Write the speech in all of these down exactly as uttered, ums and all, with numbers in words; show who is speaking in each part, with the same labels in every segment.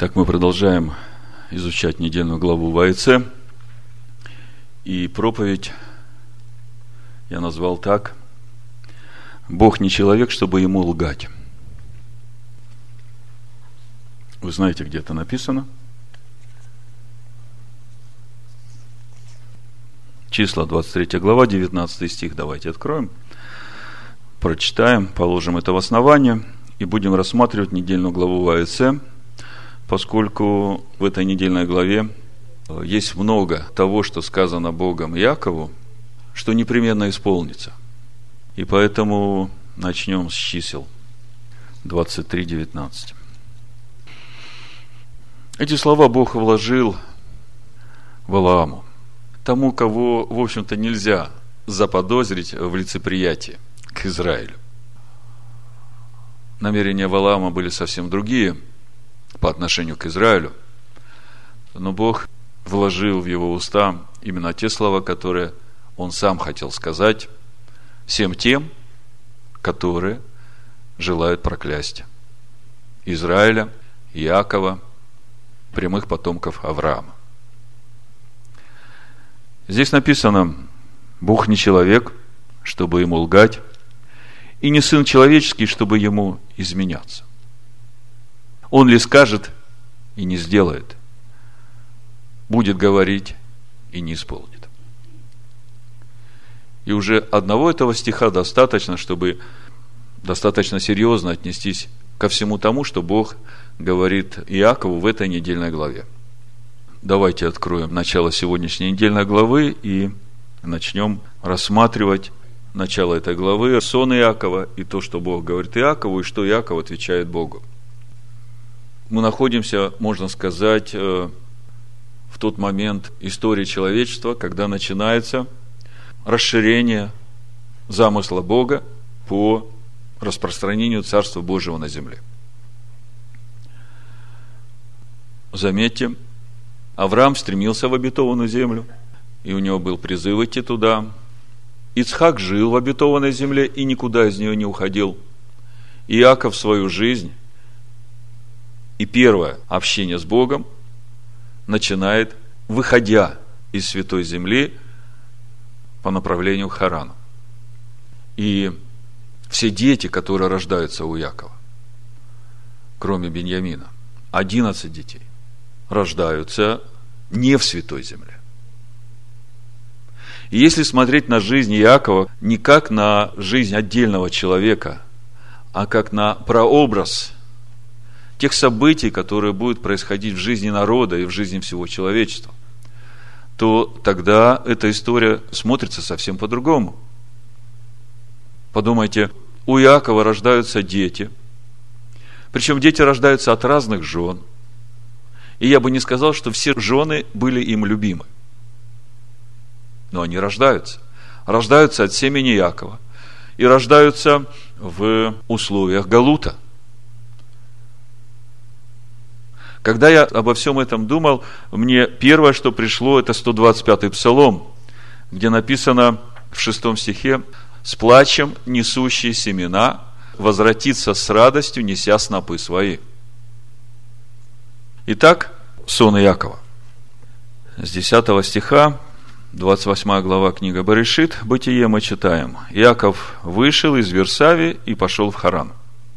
Speaker 1: Так мы продолжаем изучать недельную главу Ваэцэ. И проповедь я назвал так: Бог не человек, чтобы ему лгать. Вы знаете, где это написано? Числа, двадцать третья глава, девятнадцатый стих. Давайте откроем, прочитаем, положим это в основание и будем рассматривать недельную главу Ваэцэ, поскольку в этой недельной главе есть много того, что сказано Богом Иакову, что непременно исполнится. И поэтому начнем с чисел двадцать три девятнадцать. Эти слова Бог вложил Валааму, тому, кого, в общем-то, нельзя заподозрить в лицеприятии к Израилю. Намерения Валаама были совсем другие по отношению к Израилю, но Бог вложил в его уста именно те слова, которые он сам хотел сказать всем тем, которые желают проклясть Израиля, Иакова, прямых потомков Авраама. Здесь написано: Бог не человек, чтобы ему лгать, и не сын человеческий, чтобы ему изменяться. Он ли скажет и не сделает, будет говорить и не исполнит. И уже одного этого стиха достаточно, чтобы достаточно серьезно отнестись ко всему тому, что Бог говорит Иакову в этой недельной главе. Давайте откроем начало сегодняшней недельной главы и начнем рассматривать начало этой главы, сон Иакова и то, что Бог говорит Иакову, и что Иаков отвечает Богу. Мы находимся, можно сказать, в тот момент истории человечества, когда начинается расширение замысла Бога по распространению Царства Божьего на земле. Заметьте, Авраам стремился в обетованную землю, и у него был призыв идти туда. Ицхак жил в обетованной земле и никуда из нее не уходил. Иаков свою жизнь и первое общение с Богом начинает, выходя из святой земли по направлению к Харану. И все дети, которые рождаются у Иакова, кроме Беньямина, одиннадцать детей, рождаются не в святой земле. И если смотреть на жизнь Иакова не как на жизнь отдельного человека, а как на прообраз тех событий, которые будут происходить в жизни народа и в жизни всего человечества, то тогда эта история смотрится совсем по-другому. Подумайте, у Иакова рождаются дети, причем дети рождаются от разных жен, и я бы не сказал, что все жены были им любимы. Но они рождаются. Рождаются от семени Иакова. И рождаются в условиях галута. Когда я обо всем этом думал, мне первое, что пришло, это сто двадцать пятый псалом, где написано в шестом стихе: «С плачем несущие семена возвратится с радостью, неся снопы свои». Итак, сон Иакова. С десятого стиха, двадцать восьмая глава книга Берешит, Бытие, мы читаем: Иаков вышел из Версави и пошел в Харан.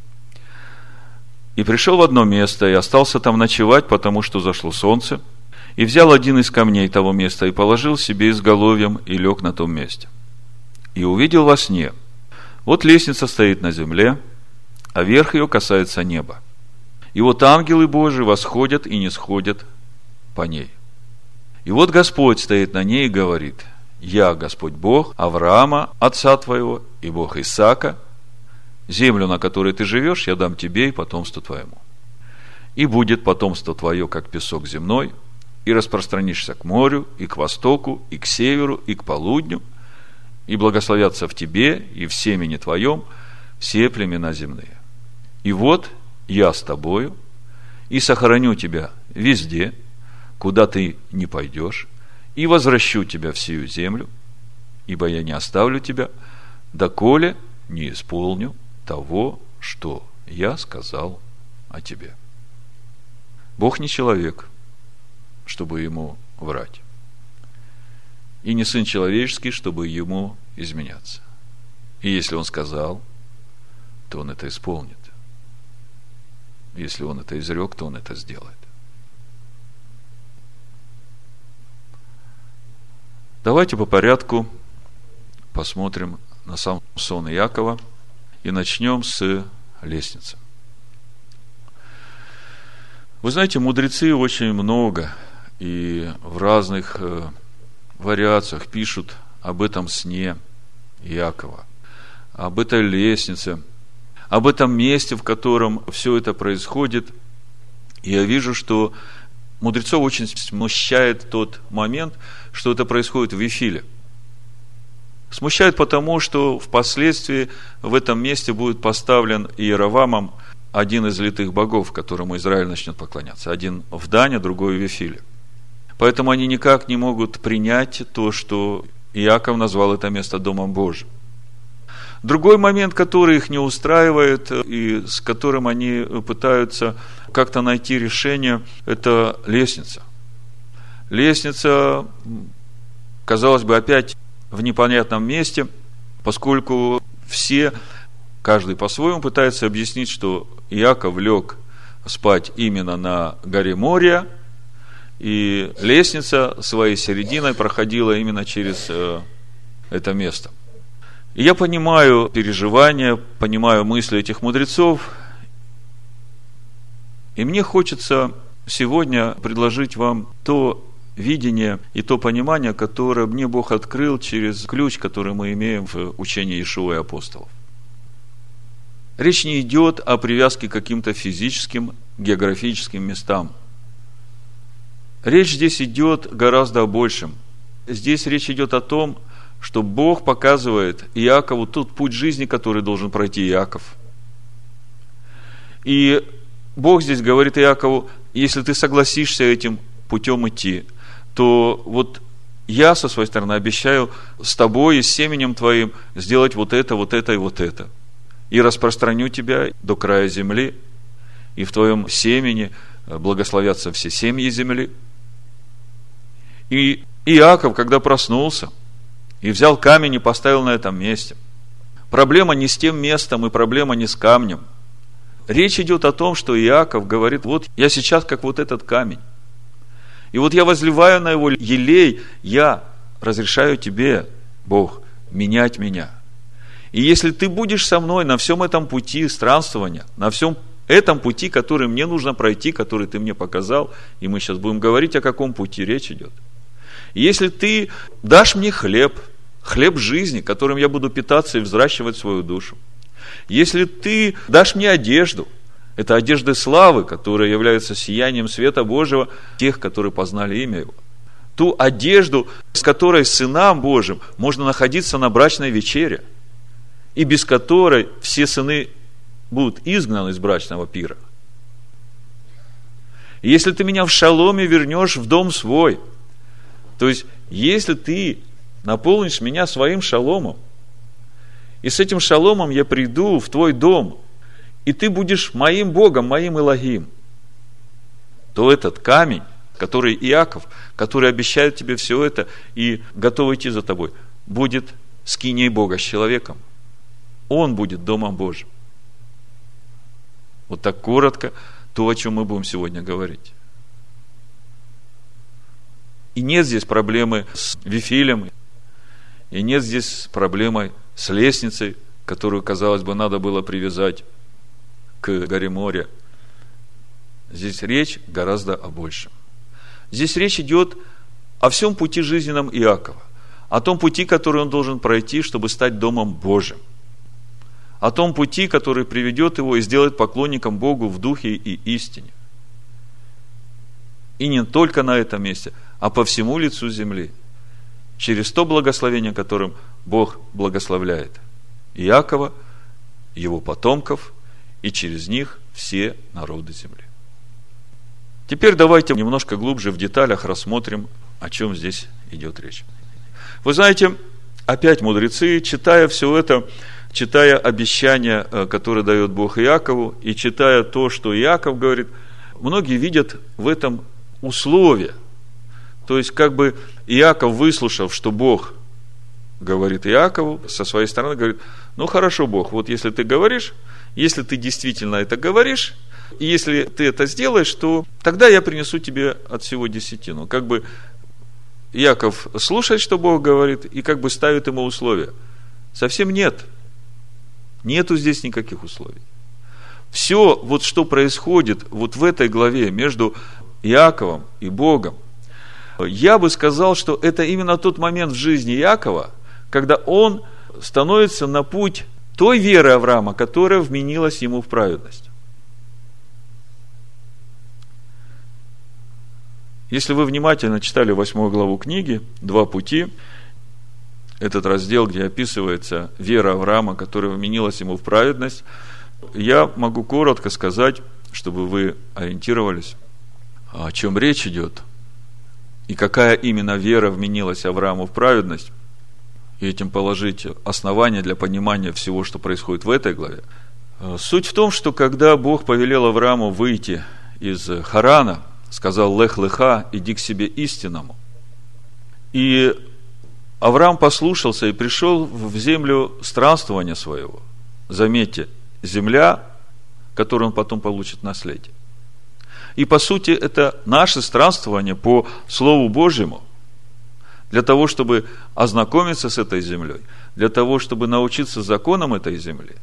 Speaker 1: И пришел в одно место, и остался там ночевать, потому что зашло солнце, и взял один из камней того места, и положил себе изголовьем, и лег на том месте. И увидел во сне: вот лестница стоит на земле, а верх ее касается неба. И вот ангелы Божии восходят и нисходят по ней. И вот Господь стоит на ней и говорит: я, Господь Бог Авраама, отца твоего, и Бог Исаака. Землю, на которой ты живешь, я дам тебе и потомству твоему. И будет потомство твое, как песок земной, и распространишься к морю, и к востоку, и к северу, и к полудню, и благословятся в тебе и в семени твоем все племена земные. И вот я с тобою, и сохраню тебя везде, куда ты не пойдешь, и возвращу тебя в сию землю, ибо я не оставлю тебя, доколе не исполню того, что я сказал о тебе. Бог не человек, чтобы ему врать. И не сын человеческий, чтобы ему изменяться. И если он сказал, то он это исполнит. Если он это изрек, то он это сделает. Давайте по порядку посмотрим на сам сон Иакова и начнем с лестницы. Вы знаете, мудрецы очень много и в разных э, вариациях пишут об этом сне Иакова, об этой лестнице, об этом месте, в котором все это происходит. И я вижу, что мудрецов очень смущает тот момент, что это происходит в Вифиле. Смущает потому, что впоследствии в этом месте будет поставлен Иеровамом один из литых богов, которому Израиль начнет поклоняться. Один в Дане, другой в Вифиле. Поэтому они никак не могут принять то, что Иаков назвал это место Домом Божьим. Другой момент, который их не устраивает и с которым они пытаются как-то найти решение, это лестница. Лестница, казалось бы, опять в непонятном месте, поскольку все, каждый по-своему пытается объяснить, что Иаков лег спать именно на горе Мория, и лестница своей серединой проходила именно через э, это место. И я понимаю переживания, понимаю мысли этих мудрецов, и мне хочется сегодня предложить вам то видение и то понимание, которое мне Бог открыл через ключ, который мы имеем в учении Иешуа и апостолов. Речь не идет о привязке к каким-то физическим, географическим местам. Речь здесь идет гораздо о большем. Здесь речь идет о том, что Бог показывает Иакову тот путь жизни, который должен пройти Иаков. И Бог здесь говорит Иакову: если ты согласишься этим путем идти, то вот я со своей стороны обещаю с тобой и с семенем твоим сделать вот это, вот это и вот это. И распространю тебя до края земли, и в твоем семени благословятся все семьи земли. И Иаков, когда проснулся и взял камень и поставил на этом месте, проблема не с тем местом и проблема не с камнем. Речь идет о том, что Иаков говорит: вот я сейчас как вот этот камень, и вот я возливаю на его елей, я разрешаю тебе, Бог, менять меня. И если ты будешь со мной на всем этом пути странствования, на всем этом пути, который мне нужно пройти, который ты мне показал, и мы сейчас будем говорить, о каком пути речь идет. Если ты дашь мне хлеб, хлеб жизни, которым я буду питаться и взращивать свою душу, если ты дашь мне одежду, это одежда славы, которая является сиянием света Божьего, тех, которые познали имя Его, ту одежду, с которой сынам Божьим можно находиться на брачной вечере, и без которой все сыны будут изгнаны из брачного пира. И если ты меня в шаломе вернешь в дом свой, то есть, если ты наполнишь меня своим шаломом, и с этим шаломом я приду в твой дом, и ты будешь моим Богом, моим Элохим, то этот камень, который Иаков, который обещает тебе все это и готов идти за тобой, будет скинией Бога с человеком. Он будет Домом Божьим. Вот так коротко то, о чем мы будем сегодня говорить. И нет здесь проблемы с Вифилем, и нет здесь проблемы с лестницей, которую, казалось бы, надо было привязать к горе Мория. Здесь речь гораздо о большем. Здесь речь идет о всем пути жизненном Иакова, о том пути, который он должен пройти, чтобы стать Домом Божьим, о том пути, который приведет его и сделает поклонником Богу в духе и истине. И не только на этом месте, а по всему лицу земли, через то благословение, которым Бог благословляет Иакова, его потомков, и через них все народы земли. Теперь давайте немножко глубже в деталях рассмотрим, о чем здесь идет речь. Вы знаете, опять мудрецы, читая все это, читая обещания, которые дает Бог Иакову, и читая то, что Иаков говорит, многие видят в этом условие. То есть, как бы Иаков, выслушав, что Бог говорит Иакову, со своей стороны говорит: ну хорошо, Бог, вот если ты говоришь, если ты действительно это говоришь, и если ты это сделаешь, то тогда я принесу тебе от всего десятину. Как бы Иаков слушает, что Бог говорит, и как бы ставит ему условия. Совсем нет. Нету здесь никаких условий. Все, вот что происходит вот в этой главе между Иаковом и Богом, я бы сказал, что это именно тот момент в жизни Иакова, когда он становится на путь той веры Авраама, которая вменилась ему в праведность. Если вы внимательно читали восьмую главу книги «Два пути», этот раздел, где описывается вера Авраама, которая вменилась ему в праведность, я могу коротко сказать, чтобы вы ориентировались, о чем речь идет, и какая именно вера вменилась Аврааму в праведность, и этим положить основание для понимания всего, что происходит в этой главе. Суть в том, что когда Бог повелел Аврааму выйти из Харана, сказал: «Лех леха, иди к себе истинному». И Авраам послушался и пришел в землю странствования своего. Заметьте, земля, которую он потом получит наследие. И по сути это наше странствование по Слову Божьему, для того, чтобы ознакомиться с этой землей, для того, чтобы научиться законам этой земли.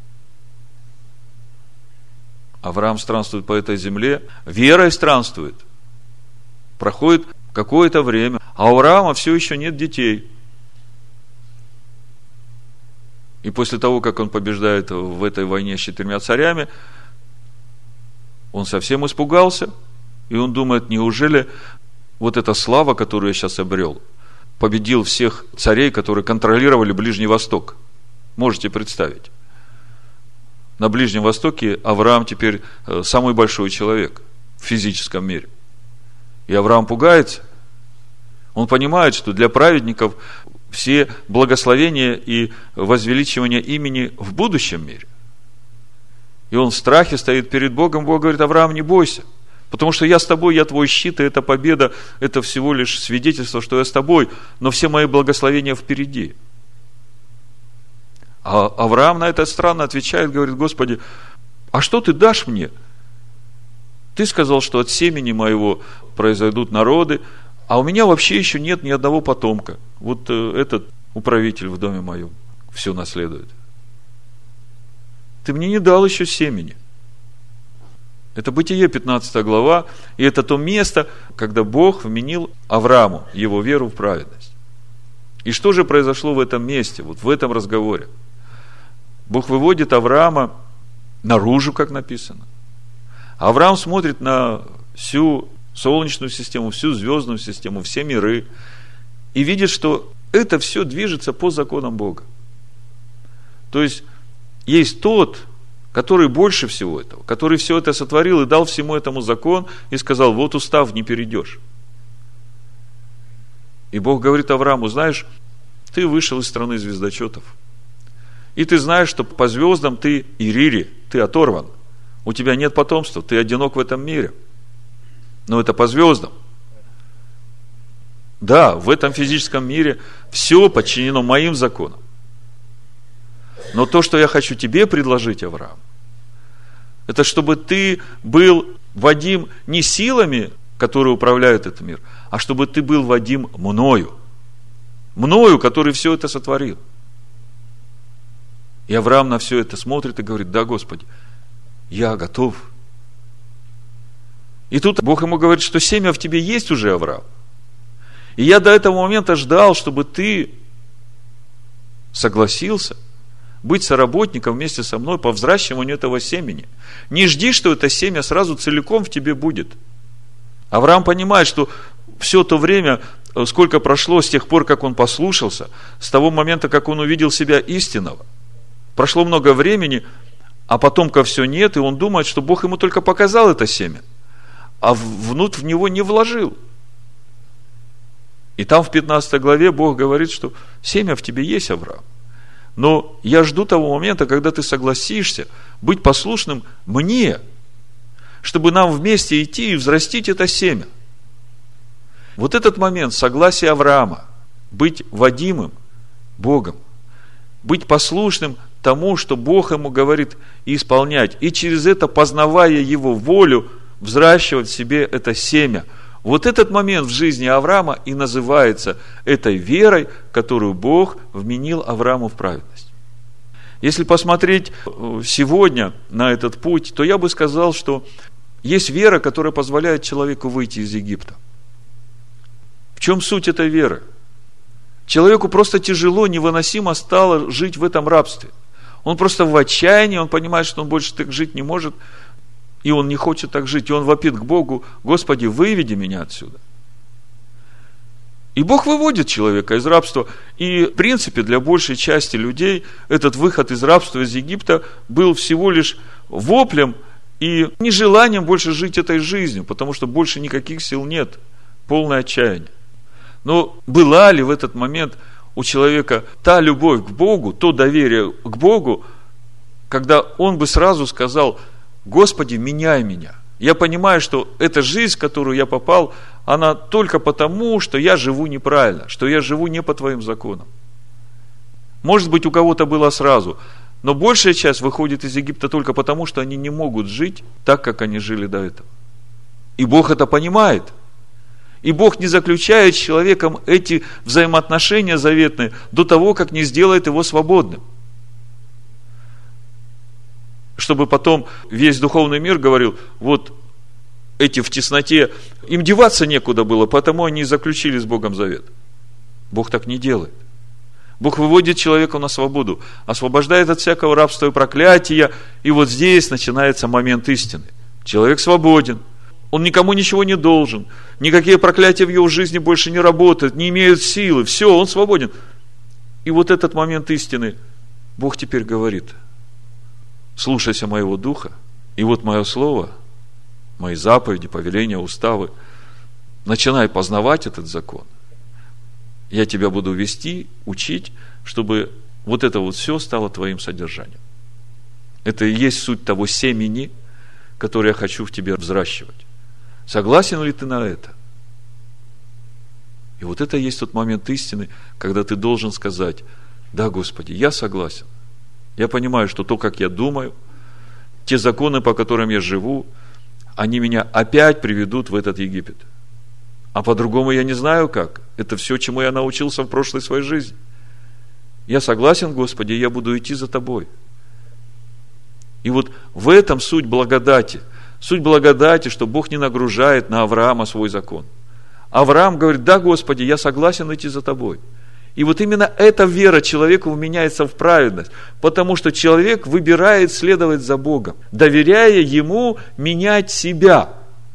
Speaker 1: Авраам странствует по этой земле, верой странствует. Проходит какое-то время, а у Авраама все еще нет детей. И после того, как он побеждает в этой войне с четырьмя царями, он совсем испугался, и он думает: неужели вот эта слава, которую я сейчас обрел, победил всех царей, которые контролировали Ближний Восток? Можете представить? На Ближнем Востоке Авраам теперь самый большой человек в физическом мире. И Авраам пугается. Он понимает, что для праведников все благословения и возвеличивание имени в будущем мире. И он в страхе стоит перед Богом. Бог говорит: Авраам, не бойся, потому что я с тобой, я твой щит, и эта победа, это всего лишь свидетельство, что я с тобой, но все мои благословения впереди. А Авраам на это странно отвечает, говорит: Господи, а что ты дашь мне? Ты сказал, что от семени моего произойдут народы, а у меня вообще еще нет ни одного потомка. Вот этот управитель в доме моем все наследует. Ты мне не дал еще семени. Это Бытие, пятнадцатая глава, и это то место, когда Бог вменил Аврааму его веру в праведность. И что же произошло в этом месте, вот в этом разговоре? Бог выводит Авраама наружу, как написано. Авраам смотрит на всю Солнечную систему, всю звездную систему, все миры, и видит, что это все движется по законам Бога. То есть, есть тот, который больше всего этого, который все это сотворил и дал всему этому закон, и сказал: вот устав, не перейдешь. И Бог говорит Аврааму: знаешь, ты вышел из страны звездочетов, и ты знаешь, что по звездам ты ирири, ты оторван, у тебя нет потомства, ты одинок в этом мире. Но это по звездам. Да, в этом физическом мире все подчинено моим законам. Но то, что я хочу тебе предложить, Авраам, это чтобы ты был водим не силами, которые управляют этот мир, а чтобы ты был водим мною. Мною, который все это сотворил. И Авраам на все это смотрит и говорит: да, Господи, я готов. И тут Бог ему говорит, что семя в тебе есть уже, Авраам. И я до этого момента ждал, чтобы ты согласился быть соработником вместе со мной по взращиванию этого семени. Не жди, что это семя сразу целиком в тебе будет. Авраам понимает, что все то время, сколько прошло с тех пор, как он послушался, с того момента, как он увидел себя истинного, прошло много времени, а потомка все нет, и он думает, что Бог ему только показал это семя, а внутрь в него не вложил. И там в пятнадцатой главе Бог говорит, что семя в тебе есть, Авраам. Но я жду того момента, когда ты согласишься быть послушным мне. чтобы нам вместе идти и взрастить это семя. Вот этот момент согласия Авраама быть водимым Богом, быть послушным тому, что Бог ему говорит, и исполнять, и через это, познавая его волю, взращивать в себе это семя. Вот этот момент в жизни Авраама и называется этой верой, которую Бог вменил Аврааму в праведность. Если посмотреть сегодня на этот путь, то я бы сказал, что есть вера, которая позволяет человеку выйти из Египта. В чем суть этой веры? Человеку просто тяжело, невыносимо стало жить в этом рабстве. Он просто в отчаянии, он понимает, что он больше так жить не может, и он не хочет так жить. И он вопит к Богу: Господи, выведи меня отсюда. И Бог выводит человека из рабства. И, в принципе, для большей части людей этот выход из рабства, из Египта, был всего лишь воплем и нежеланием больше жить этой жизнью, потому что больше никаких сил нет, полное отчаяние. Но была ли в этот момент у человека та любовь к Богу, то доверие к Богу, когда он бы сразу сказал: Господи, меняй меня. Я понимаю, что эта жизнь, в которую я попал, она только потому, что я живу неправильно, что я живу не по Твоим законам. Может быть, у кого-то было сразу, но большая часть выходит из Египта только потому, что они не могут жить так, как они жили до этого. И Бог это понимает. И Бог не заключает с человеком эти взаимоотношения заветные до того, как не сделает его свободным. Чтобы потом весь духовный мир говорил: вот эти в тесноте, им деваться некуда было, потому они заключили с Богом завет. Бог так не делает. Бог выводит человека на свободу, освобождает от всякого рабства и проклятия, и вот здесь начинается момент истины. Человек свободен. Он никому ничего не должен. Никакие проклятия в его жизни больше не работают, не имеют силы. Все, он свободен. И вот этот момент истины Бог теперь говорит: слушайся моего духа, и вот мое слово, мои заповеди, повеления, уставы. Начинай познавать этот закон. Я тебя буду вести, учить, чтобы вот это вот все стало твоим содержанием. Это и есть суть того семени, которое я хочу в тебе взращивать. Согласен ли ты на это? И вот это и есть тот момент истины, когда ты должен сказать: да, Господи, я согласен. Я понимаю, что то, как я думаю, те законы, по которым я живу, они меня опять приведут в этот Египет. А по-другому я не знаю как. Это все, чему я научился в прошлой своей жизни. Я согласен, Господи, я буду идти за Тобой. И вот в этом суть благодати. Суть благодати, что Бог не нагружает на Авраама свой закон. Авраам говорит: да, Господи, я согласен идти за Тобой. И вот именно эта вера человеку вменяется в праведность, потому что человек выбирает следовать за Богом, доверяя Ему менять себя.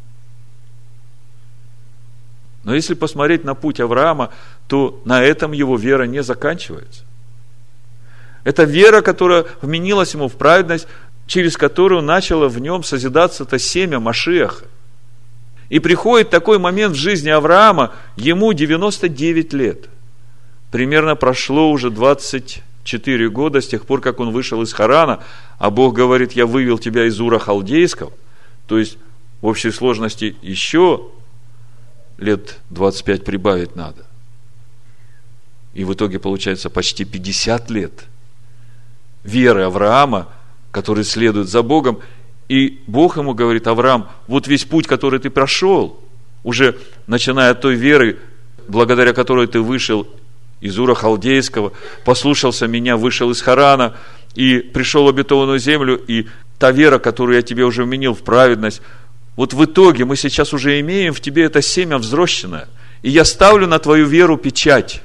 Speaker 1: Но если посмотреть на путь Авраама, то на этом его вера не заканчивается. Это вера, которая вменилась ему в праведность, через которую начало в нем созидаться это семя Машиаха. И приходит такой момент в жизни Авраама, ему девяносто девять лет. Примерно прошло уже двадцать четыре года с тех пор, как он вышел из Харана, а Бог говорит: я вывел тебя из Ура Халдейского. То есть в общей сложности еще лет двадцать пять прибавить надо. И в итоге получается почти пятьдесят лет веры Авраама, который следует за Богом. И Бог ему говорит: Авраам, вот весь путь, который ты прошел, уже начиная от той веры, благодаря которой ты вышел из Ура Халдейского, послушался меня, вышел из Харана и пришел в обетованную землю, и та вера, которую я тебе уже вменил в праведность, вот в итоге мы сейчас уже имеем в тебе это семя взрощенное, и я ставлю на твою веру печать.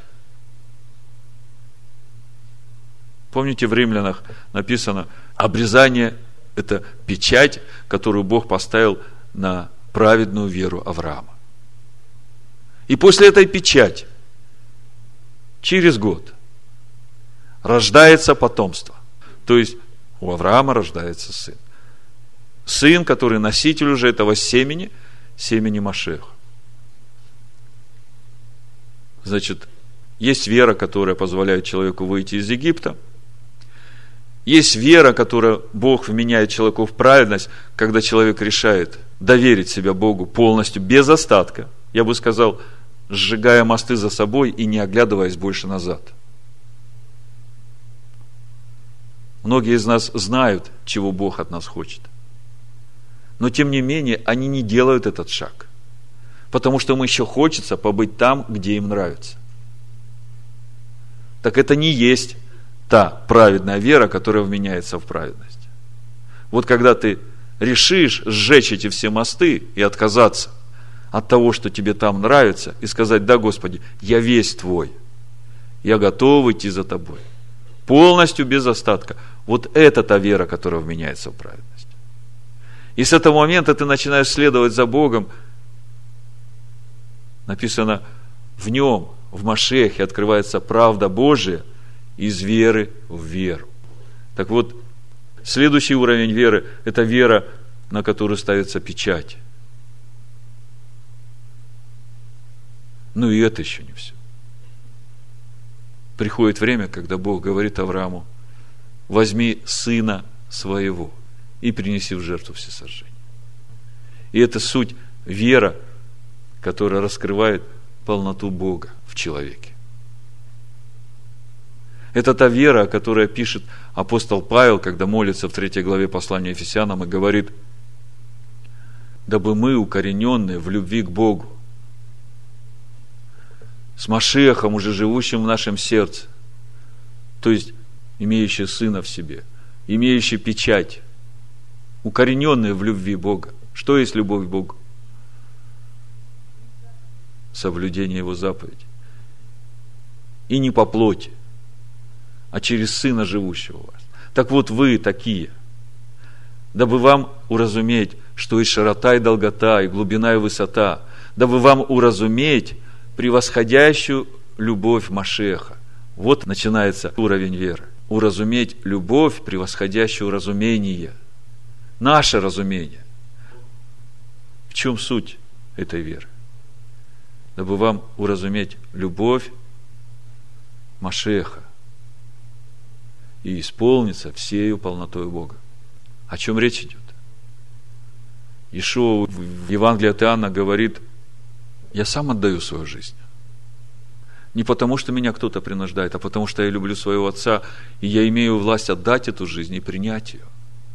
Speaker 1: Помните, в Римлянах написано: обрезание – это печать, которую Бог поставил на праведную веру Авраама. И после этой печати, через год, рождается потомство. То есть у Авраама рождается сын. Сын, который носитель уже этого семени, семени Машиаха. Значит, есть вера, которая позволяет человеку выйти из Египта. Есть вера, которую Бог вменяет человеку в праведность, когда человек решает доверить себя Богу полностью, без остатка. Я бы сказал, сжигая мосты за собой и не оглядываясь больше назад. Многие из нас знают, чего Бог от нас хочет. Но тем не менее, они не делают этот шаг. Потому что им еще хочется побыть там, где им нравится. Так это не есть та праведная вера, которая вменяется в праведность. Вот когда ты решишь сжечь эти все мосты и отказаться от того, что тебе там нравится, и сказать: да, Господи, я весь Твой, я готов идти за Тобой, полностью без остатка. Вот это та вера, которая вменяется в праведность. И с этого момента ты начинаешь следовать за Богом. Написано, в Нем, в Машиахе открывается правда Божия из веры в веру. Так вот, следующий уровень веры – это вера, на которую ставится печать. Ну и это еще не все. Приходит время, когда Бог говорит Аврааму: возьми сына своего и принеси в жертву всесожжение. И это суть вера, которая раскрывает полноту Бога в человеке. Это та вера, о которой пишет апостол Павел, когда молится в третьей главе послания Ефесянам и говорит: дабы мы, укорененные в любви к Богу, с Машиахом, уже живущим в нашем сердце, то есть имеющие Сына в себе, имеющие печать, укорененные в любви Бога. Что есть любовь к Богу? Соблюдение Его заповедей. И не по плоти, а через Сына, живущего у вас. Так вот, вы такие, дабы вам уразуметь, что и широта, и долгота, и глубина, и высота, дабы вам уразуметь превосходящую любовь Машиаха. Вот начинается уровень веры. Уразуметь любовь, превосходящую разумение. Наше разумение. В чем суть этой веры? Дабы вам уразуметь любовь Машиаха и исполниться всею полнотой Бога. О чем речь идет? Иешуа в Евангелии от Иоанна говорит: я сам отдаю свою жизнь. Не потому, что меня кто-то принуждает, а потому, что я люблю своего Отца, и я имею власть отдать эту жизнь и принять ее.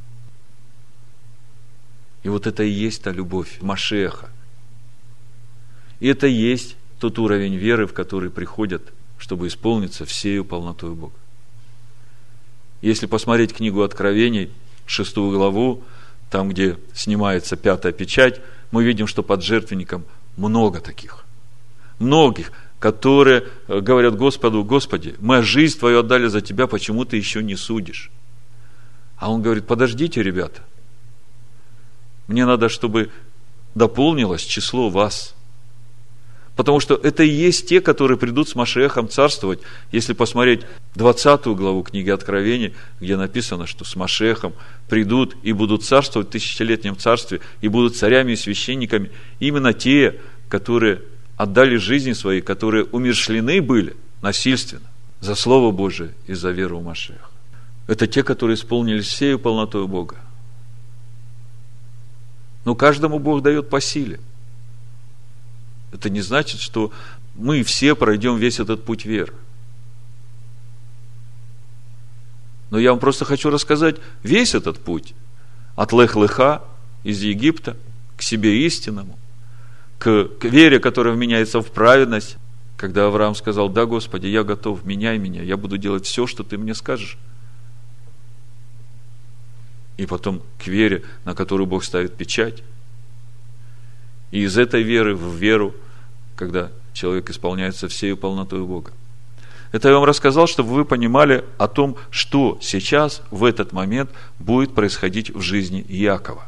Speaker 1: И вот это и есть та любовь Машиаха. И это и есть тот уровень веры, в который приходят, чтобы исполниться всею полнотой Бога. Если посмотреть книгу Откровений, шестую главу, там, где снимается пятая печать, мы видим, что под жертвенником много таких. Многих, которые говорят Господу: Господи, мы жизнь Твою отдали за Тебя, почему Ты еще не судишь? А Он говорит: подождите, ребята, мне надо, чтобы дополнилось число вас. Потому что это и есть те, которые придут с Машиахом царствовать. Если посмотреть двадцатую главу книги Откровений, где написано, что с Машиахом придут и будут царствовать в тысячелетнем царстве, и будут царями и священниками именно те, которые отдали жизни свои, которые умерщвлены были насильственно за Слово Божие и за веру в Машиаха. Это те, которые исполнились всею полнотой Бога. Но каждому Бог дает по силе. Это не значит, что мы все пройдем весь этот путь веры. Но я вам просто хочу рассказать весь этот путь. От Лех-Леха, из Египта, к себе истинному, к, к вере, которая вменяется в праведность. Когда Авраам сказал: да, Господи, я готов, меняй меня, я буду делать все, что Ты мне скажешь. И потом к вере, на которую Бог ставит печать. И из этой веры в веру, когда человек исполняется всею полнотой Бога. Это я вам рассказал, чтобы вы понимали о том, что сейчас, в этот момент, будет происходить в жизни Иакова.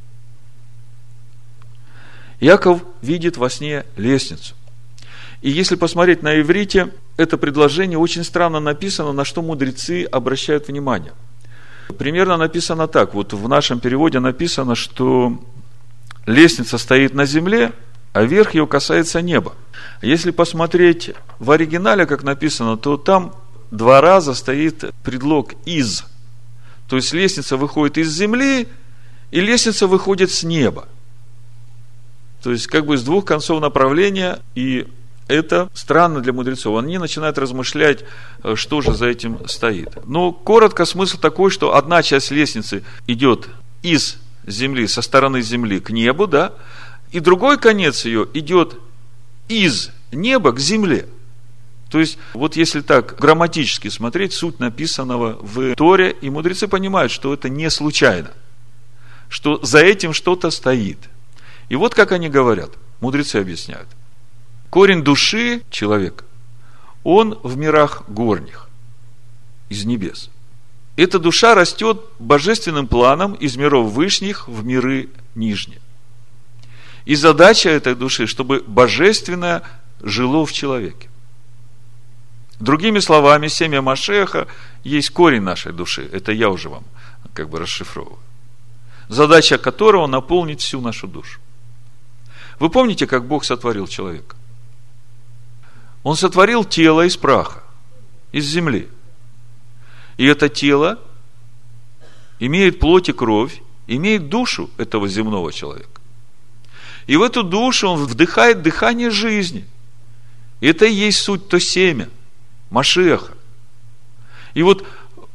Speaker 1: Иаков видит во сне лестницу. И если посмотреть на иврите, это предложение очень странно написано, на что мудрецы обращают внимание. Примерно написано так. Вот в нашем переводе написано, что лестница стоит на земле, а верх ее касается неба. Если посмотреть в оригинале, как написано, то там два раза стоит предлог «из». То есть лестница выходит из земли, и лестница выходит с неба. То есть как бы с двух концов направления, и это странно для мудрецов. Они начинают размышлять, что же за этим стоит. Но коротко смысл такой, что одна часть лестницы идет из земли, со стороны земли к небу, да, и другой конец ее идет из неба к земле. То есть, вот если так грамматически смотреть, суть написанного в Торе, и мудрецы понимают, что это не случайно, что за этим что-то стоит. И вот как они говорят, мудрецы объясняют. Корень души человека, он в мирах горних, из небес. Эта душа растет божественным планом из миров вышних в миры нижние. И задача этой души, чтобы божественное жило в человеке. Другими словами, семя Машеха есть корень нашей души. Это я уже вам как бы расшифровываю. Задача которого наполнить всю нашу душу. Вы помните, как Бог сотворил человека? Он сотворил тело из праха, из земли. И это тело имеет плоть и кровь, имеет душу этого земного человека. И в эту душу он вдыхает дыхание жизни. И это и есть суть то семя Машеха. И вот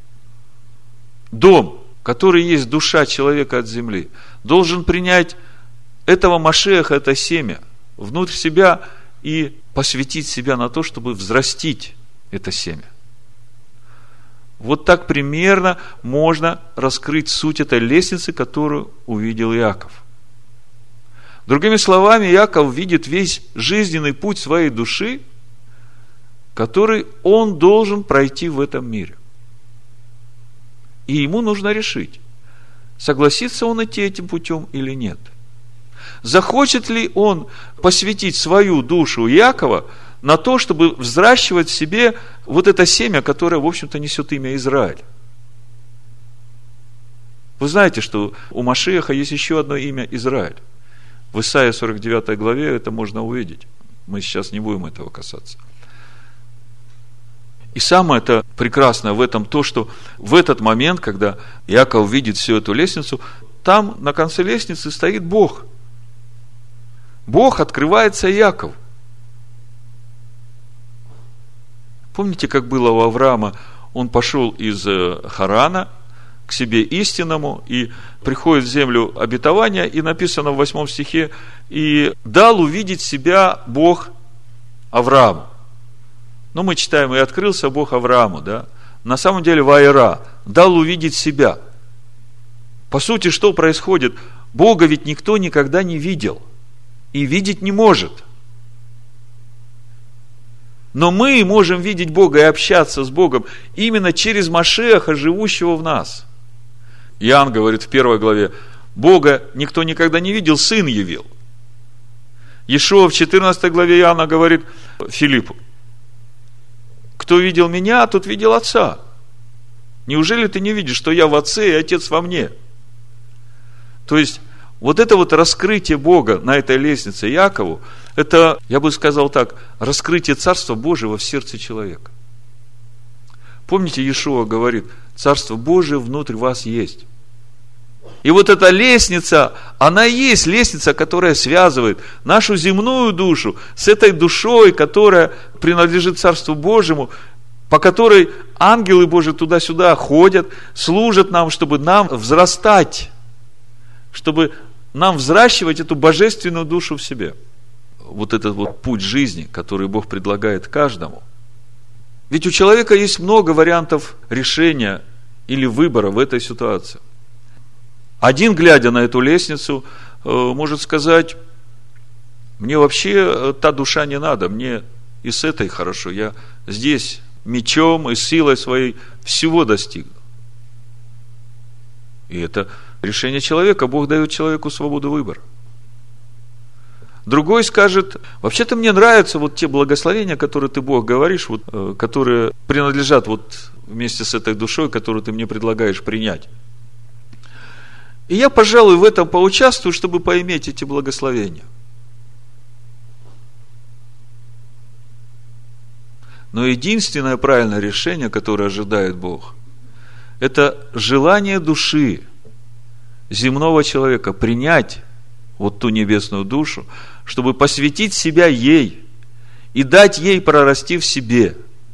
Speaker 1: дом, который есть душа человека от земли, должен принять этого Машеха, это семя, внутрь себя и посвятить себя на то, чтобы взрастить это семя. Вот так примерно можно раскрыть суть этой лестницы, которую увидел Иаков. Другими словами, Иаков видит весь жизненный путь своей души, который он должен пройти в этом мире. И ему нужно решить, согласится он идти этим путем или нет. Захочет ли он посвятить свою душу Иакова на то, чтобы взращивать в себе вот это семя, которое, в общем-то, несет имя Израиль. Вы знаете, что у Машиаха есть еще одно имя Израиль. В Исайя сорок девятой главе это можно увидеть. Мы сейчас не будем этого касаться. И самое это прекрасное в этом то, что в этот момент, когда Иаков видит всю эту лестницу, там на конце лестницы стоит Бог. Бог открывается Иакову. Помните, как было у Авраама? Он пошел из Харана к себе истинному и приходит в землю обетования, и написано в восьмом стихе: и дал увидеть себя Бог Аврааму. Но мы читаем: и открылся Бог Аврааму, да? На самом деле вайра, дал увидеть себя. По сути, что происходит? Бога ведь никто никогда не видел и видеть не может. Но мы можем видеть Бога и общаться с Богом именно через Машиаха, живущего в нас. Иоанн говорит в первой главе: Бога никто никогда не видел, Сын явил. Иешуа в четырнадцатой главе Иоанна говорит Филиппу: кто видел меня, тот видел Отца. Неужели ты не видишь, что я в Отце и Отец во мне? То есть, вот это вот раскрытие Бога на этой лестнице Иакову, это, я бы сказал так, раскрытие Царства Божьего в сердце человека. Помните, Иешуа говорит: Царство Божие внутрь вас есть. И вот эта лестница, она и есть лестница, которая связывает нашу земную душу с этой душой, которая принадлежит Царству Божьему, по которой ангелы Божьи туда-сюда ходят, служат нам, чтобы нам взрастать, чтобы нам взращивать эту божественную душу в себе. Вот этот вот путь жизни, который Бог предлагает каждому. Ведь у человека есть много вариантов решения или выбора в этой ситуации. Один, глядя на эту лестницу, может сказать: мне вообще та душа не надо, мне и с этой хорошо, я здесь мечом и силой своей всего достигну. И это решение человека. Бог дает человеку свободу выбора. Другой скажет: вообще-то мне нравятся вот те благословения, которые ты, Бог, говоришь, вот, которые принадлежат вот вместе с этой душой, которую ты мне предлагаешь принять. И я, пожалуй, в этом поучаствую, чтобы поиметь эти благословения. Но единственное правильное решение, которое ожидает Бог, Это желание души земного человека принять вот ту небесную душу, чтобы посвятить себя ей и дать ей прорасти в себе.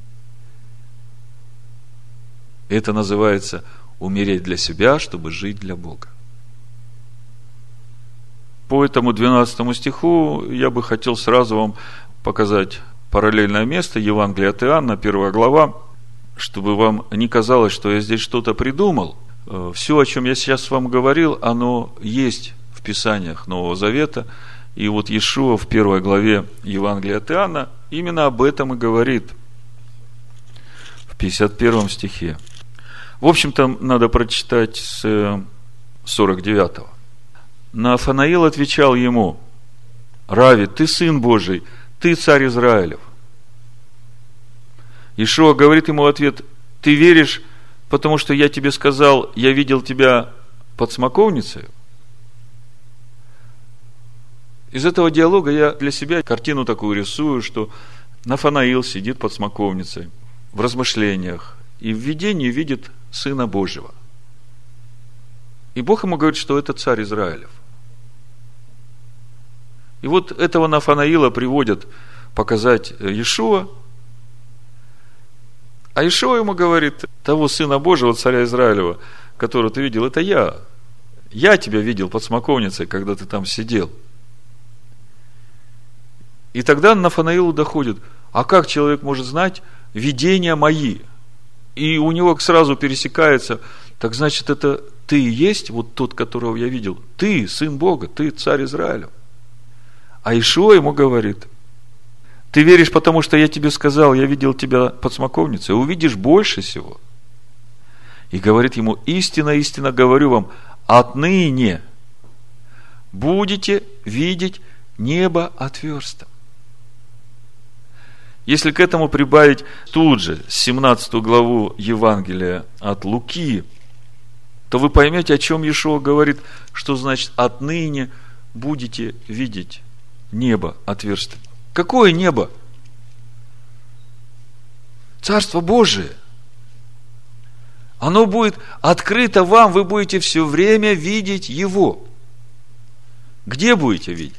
Speaker 1: Это называется умереть для себя, чтобы жить для Бога. По этому двенадцатому стиху я бы хотел сразу вам показать параллельное место, Евангелие от Иоанна, первая глава, чтобы вам не казалось, что я здесь что-то придумал. Все, о чем я сейчас вам говорил, оно есть в Писаниях Нового Завета. И вот Иешуа в первой главе Евангелия от Иоанна именно об этом и говорит. В пятьдесят первом стихе. В общем-то, надо прочитать с сорок девятого. Нафанаил отвечал ему: Рави, ты сын Божий, ты царь Израилев. Иешуа говорит ему в ответ: ты веришь, потому что я тебе сказал, я видел тебя под смоковницей? Из этого диалога я для себя картину такую рисую, что Нафанаил сидит под смоковницей в размышлениях и в видении видит Сына Божьего. И Бог ему говорит, что это царь Израилев. И вот этого Нафанаила приводят показать Иешуа, а Иешуа ему говорит: того Сына Божьего, царя Израилева, которого ты видел, это я. Я тебя видел под смоковницей, когда ты там сидел. И тогда Нафанаилу доходит: а как человек может знать видения мои? И у него сразу пересекается: так значит, это ты и есть вот тот, которого я видел? Ты, Сын Бога, ты царь Израилев. А Иешуа ему говорит: ты веришь, потому что я тебе сказал, я видел тебя под смоковницей, увидишь больше всего. И говорит ему: истинно, истинно говорю вам, отныне будете видеть небо отверстым. Если к этому прибавить тут же семнадцатую главу Евангелия от Луки, то вы поймете, о чем Иешуа говорит, что значит отныне будете видеть небо отверстым. Какое небо? Царство Божие. Оно будет открыто вам, вы будете все время видеть его. Где будете видеть?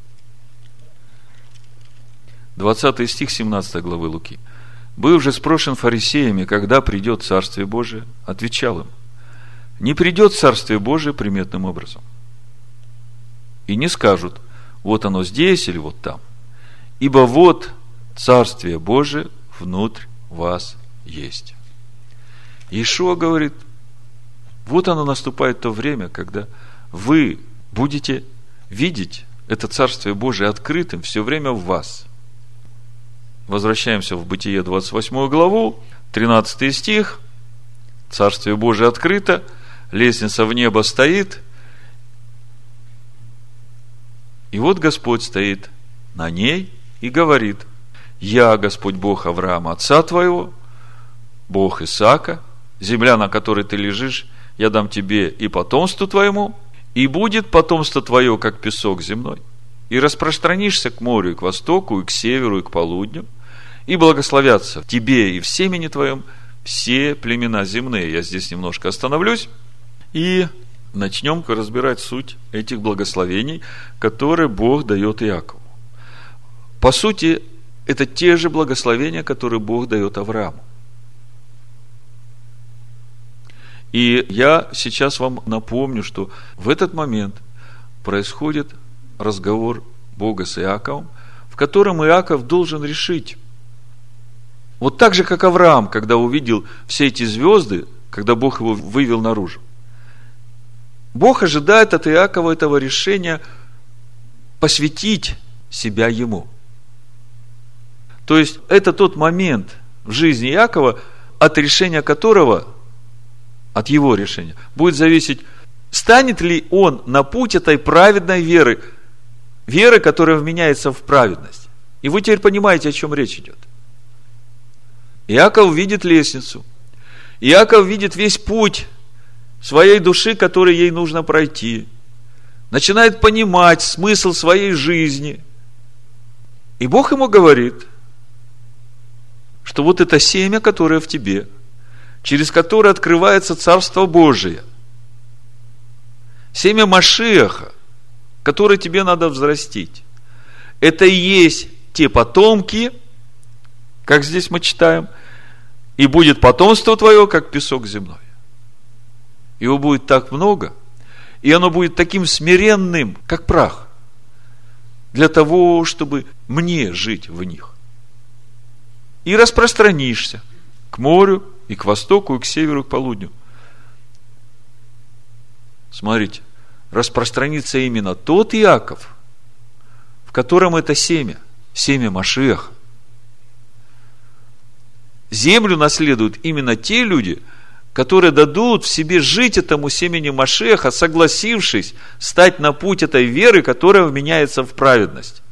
Speaker 1: двадцатый стих семнадцатой главы Луки. Был же спрошен фарисеями, когда придет Царствие Божие, отвечал им: не придет Царствие Божие приметным образом. И не скажут: вот оно здесь или вот там. Ибо вот Царствие Божие внутрь вас есть. Иешуа говорит: вот оно наступает то время, когда вы будете видеть это Царствие Божие открытым все время в вас. Возвращаемся в Бытие двадцать восьмую главу, тринадцатый стих. Царствие Божие открыто, лестница в небо стоит. И вот Господь стоит на ней и говорит: я, Господь Бог Авраама, отца твоего, Бог Исаака, земля, на которой ты лежишь, я дам тебе и потомству твоему, и будет потомство твое, как песок земной. И распространишься к морю, и к востоку, и к северу, и к полудню, и благословятся в тебе и в семени твоем все племена земные. Я здесь немножко остановлюсь и начнем разбирать суть этих благословений, которые Бог дает Иакову. По сути, это те же благословения, которые Бог дает Аврааму. И я сейчас вам напомню, что в этот момент происходит разговор Бога с Иаковом, в котором Иаков должен решить. Вот так же, как Авраам, когда увидел все эти звезды, когда Бог его вывел наружу. Бог ожидает от Иакова этого решения посвятить себя ему. То есть, это тот момент в жизни Иакова, от решения которого, от его решения, будет зависеть, станет ли он на путь этой праведной веры, веры, которая вменяется в праведность. И вы теперь понимаете, о чем речь идет. Иаков видит лестницу. Иаков видит весь путь своей души, который ей нужно пройти. Начинает понимать смысл своей жизни. И Бог ему говорит, что вот это семя, которое в тебе, через которое открывается Царство Божие. Семя Машиаха, которое тебе надо взрастить. Это и есть те потомки, как здесь мы читаем, и будет потомство твое, как песок земной. Его будет так много, и оно будет таким смиренным, как прах, для того, чтобы мне жить в них. И распространишься к морю, и к востоку, и к северу, и к полудню. Смотрите, распространится именно тот Иаков, в котором это семя, семя Машиаха. Землю наследуют именно те люди, которые дадут в себе жить этому семени Машиаха, согласившись стать на путь этой веры, которая вменяется в праведность.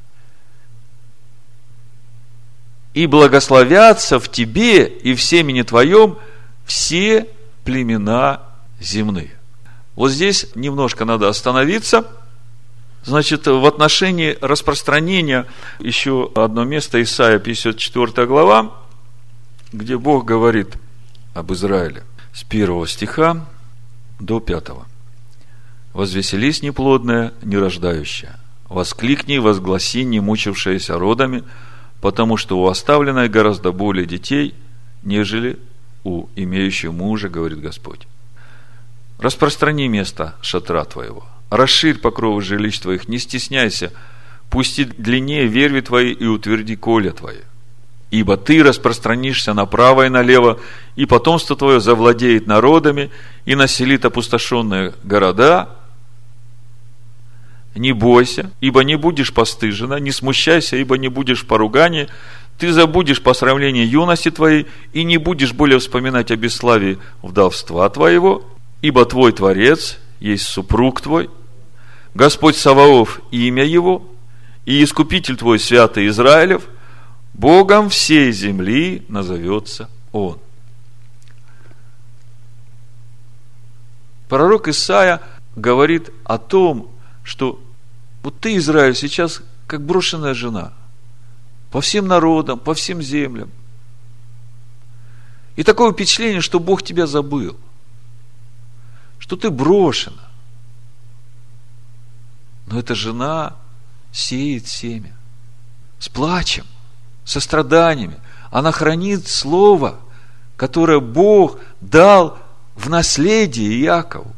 Speaker 1: И благословятся в тебе и в семени твоем все племена земные. Вот здесь немножко надо остановиться. Значит, в отношении распространения еще одно место, Исайя пятьдесят четвёртая глава, где Бог говорит об Израиле с первого стиха до пятого. «Возвеселись, неплодная, нерождающая, воскликни, возгласи, не мучившаяся родами, потому что у оставленной гораздо более детей, нежели у имеющего мужа, говорит Господь. Распространи место шатра твоего, расширь покровы жилищ твоих, не стесняйся, пусти длиннее верви твои и утверди коля твои. Ибо ты распространишься направо и налево, и потомство твое завладеет народами и населит опустошенные города. Не бойся, ибо не будешь постыжена, не смущайся, ибо не будешь в поругании. Ты забудешь посрамление юности твоей и не будешь более вспоминать о бесславии вдовства твоего, ибо твой Творец есть супруг твой, Господь Саваоф имя его, и Искупитель твой святый Израилев, Богом всей земли назовется Он». Пророк Исайя говорит о том, что вот ты, Израиль, сейчас как брошенная жена по всем народам, по всем землям. И такое впечатление, что Бог тебя забыл, что ты брошена. Но эта жена сеет семя с плачем, со страданиями. Она хранит слово, которое Бог дал в наследие Иакову.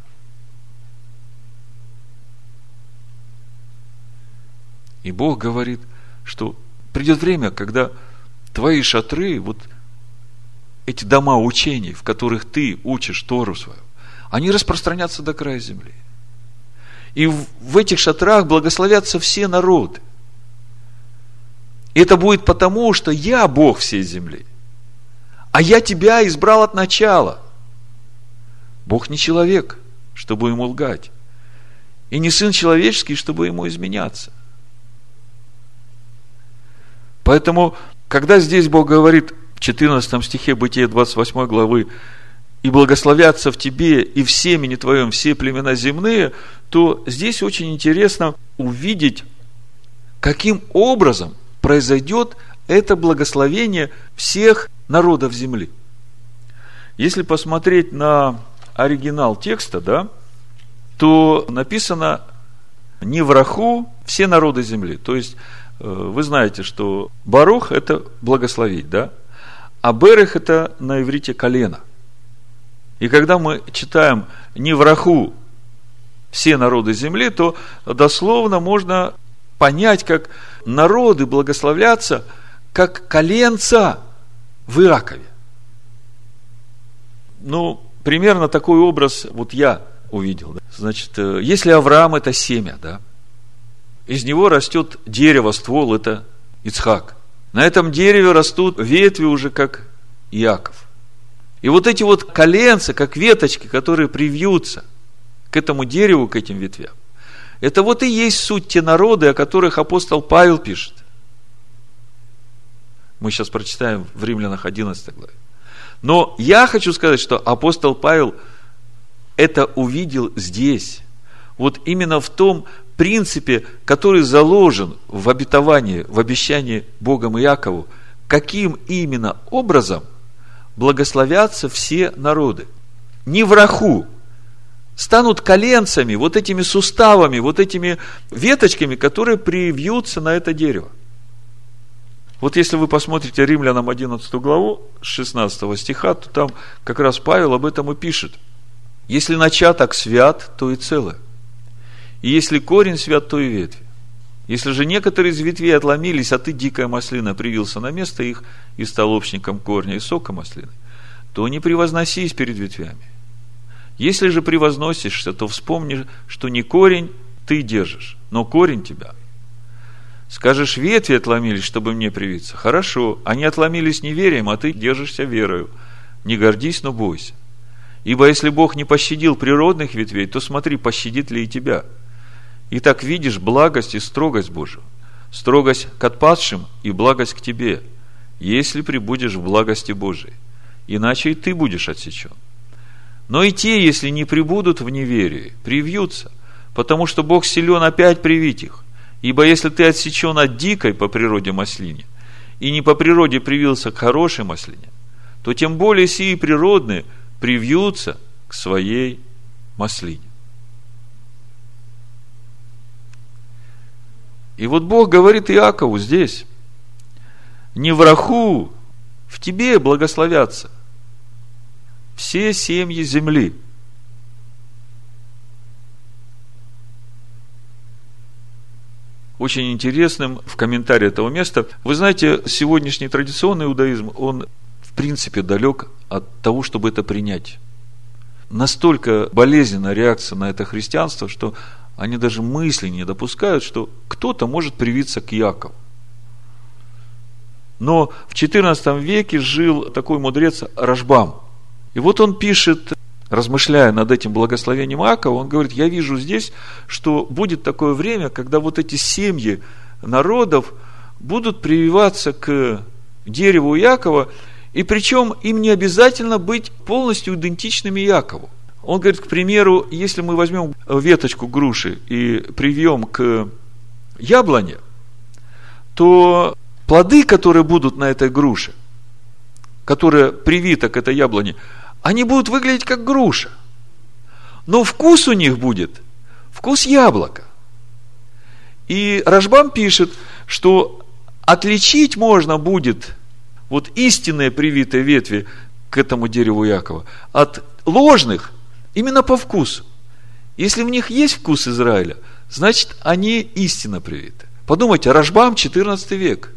Speaker 1: И Бог говорит, что придет время, когда твои шатры, вот эти дома учений, в которых ты учишь Тору свою, они распространятся до края земли. И в, в этих шатрах благословятся все народы. И это будет потому, что я Бог всей земли. А я тебя избрал от начала. Бог не человек, чтобы ему лгать. И не сын человеческий, чтобы ему изменяться. Поэтому, когда здесь Бог говорит в четырнадцатом стихе Бытия двадцать восьмой главы: «И благословятся в тебе и в семени твоем все племена земные», то здесь очень интересно увидеть, каким образом произойдет это благословение всех народов земли. Если посмотреть на оригинал текста, да, то написано «не враху все народы земли». То есть, вы знаете, что Барух – это благословить, да? А Берех – это на иврите колено. И когда мы читаем «не враху все народы земли», то дословно можно понять, как народы благословлятся, как коленца в Иакове. Ну, примерно такой образ вот я увидел. Да? Значит, если Авраам – это семя, да? Из него растет дерево, ствол, это Ицхак. На этом дереве растут ветви уже как Иаков. И вот эти вот коленца, как веточки, которые привьются к этому дереву, к этим ветвям, это вот и есть суть те народы, о которых апостол Павел пишет. Мы сейчас прочитаем в Римлянах одиннадцатой главе. Но я хочу сказать, что апостол Павел это увидел здесь. Вот именно в том принципе, который заложен в обетовании, в обещании Богом Иакову, каким именно образом
Speaker 2: благословятся все народы. Не в раху. Станут коленцами, вот этими суставами, вот этими веточками, которые привьются на это дерево. Вот если вы посмотрите Римлянам одиннадцатую главу, с шестнадцатого стиха, то там как раз Павел об этом и пишет. Если начаток свят, то и целое. И если корень свят, то и ветви. Если же некоторые из ветвей отломились, а ты, дикая маслина, привился на место их и стал общником корня и сока маслины, то не превозносись перед ветвями. Если же превозносишься, то вспомни, что не корень ты держишь, но корень тебя. Скажешь, ветви отломились, чтобы мне привиться. Хорошо, они отломились неверием, а ты держишься верою. Не гордись, но бойся. Ибо если Бог не пощадил природных ветвей, то смотри, пощадит ли и тебя. Итак, видишь благость и строгость Божию. Строгость к отпадшим и благость к тебе, если пребудешь в благости Божией. Иначе и ты будешь отсечен. Но и те, если не пребудут в неверии, привьются, потому что Бог силен опять привить их. Ибо если ты отсечен от дикой по природе маслине, и не по природе привился к хорошей маслине, то тем более сии природные привьются к своей маслине. И вот Бог говорит Иакову здесь: не в раху, в тебе благословятся все семьи земли. Очень интересным в комментарии этого места. Вы знаете, сегодняшний традиционный иудаизм, он в принципе далек от того, чтобы это принять. Настолько болезненная реакция на это христианство, что они даже мысли не допускают, что кто-то может привиться к Иакову. Но в четырнадцатом веке жил такой мудрец Рашбам. И вот он пишет, размышляя над этим благословением Иакова, он говорит: я вижу здесь, что будет такое время, когда вот эти семьи народов будут прививаться к дереву Иакова, и причем им не обязательно быть полностью идентичными Иакову. Он говорит, к примеру, если мы возьмем веточку груши и привьем к яблоне, то плоды, которые будут на этой груше, которая привита к этой яблоне, они будут выглядеть как груша. Но вкус у них будет вкус яблока. И Рашбам пишет, что отличить можно будет вот истинные привитые ветви к этому дереву Иакова от ложных именно по вкусу. Если в них есть вкус Израиля, значит, они истинно привиты. Подумайте, Рашбам, четырнадцатый век.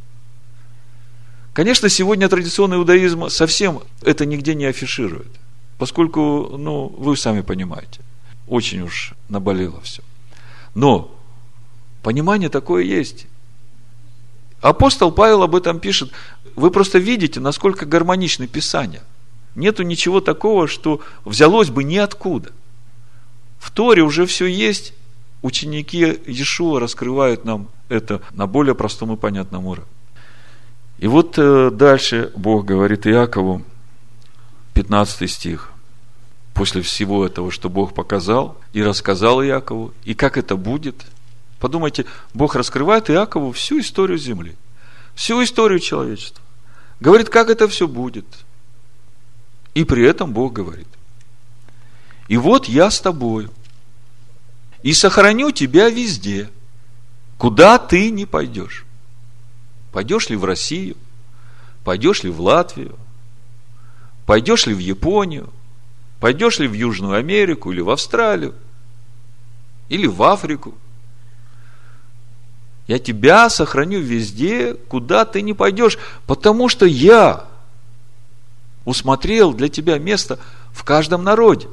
Speaker 2: Конечно, сегодня традиционный иудаизм совсем это нигде не афиширует, поскольку, ну, вы сами понимаете, очень уж наболело все. Но понимание такое есть. Апостол Павел об этом пишет. Вы просто видите, насколько гармоничны Писания. Нету ничего такого, что взялось бы ниоткуда. В Торе уже все есть. Ученики Иешуа раскрывают нам это на более простом и понятном уровне. И вот э, дальше Бог говорит Иакову, пятнадцатый стих. После всего этого, что Бог показал и рассказал Иакову, и как это будет. Подумайте, Бог раскрывает Иакову всю историю земли, всю историю человечества. Говорит, как это все будет. И при этом Бог говорит: и вот я с тобою, и сохраню тебя везде, куда ты не пойдешь. Пойдешь ли в Россию, пойдешь ли в Латвию, пойдешь ли в Японию, пойдешь ли в Южную Америку, или в Австралию, или в Африку. Я тебя сохраню везде, куда ты не пойдешь, потому что я усмотрел для тебя место в каждом народе.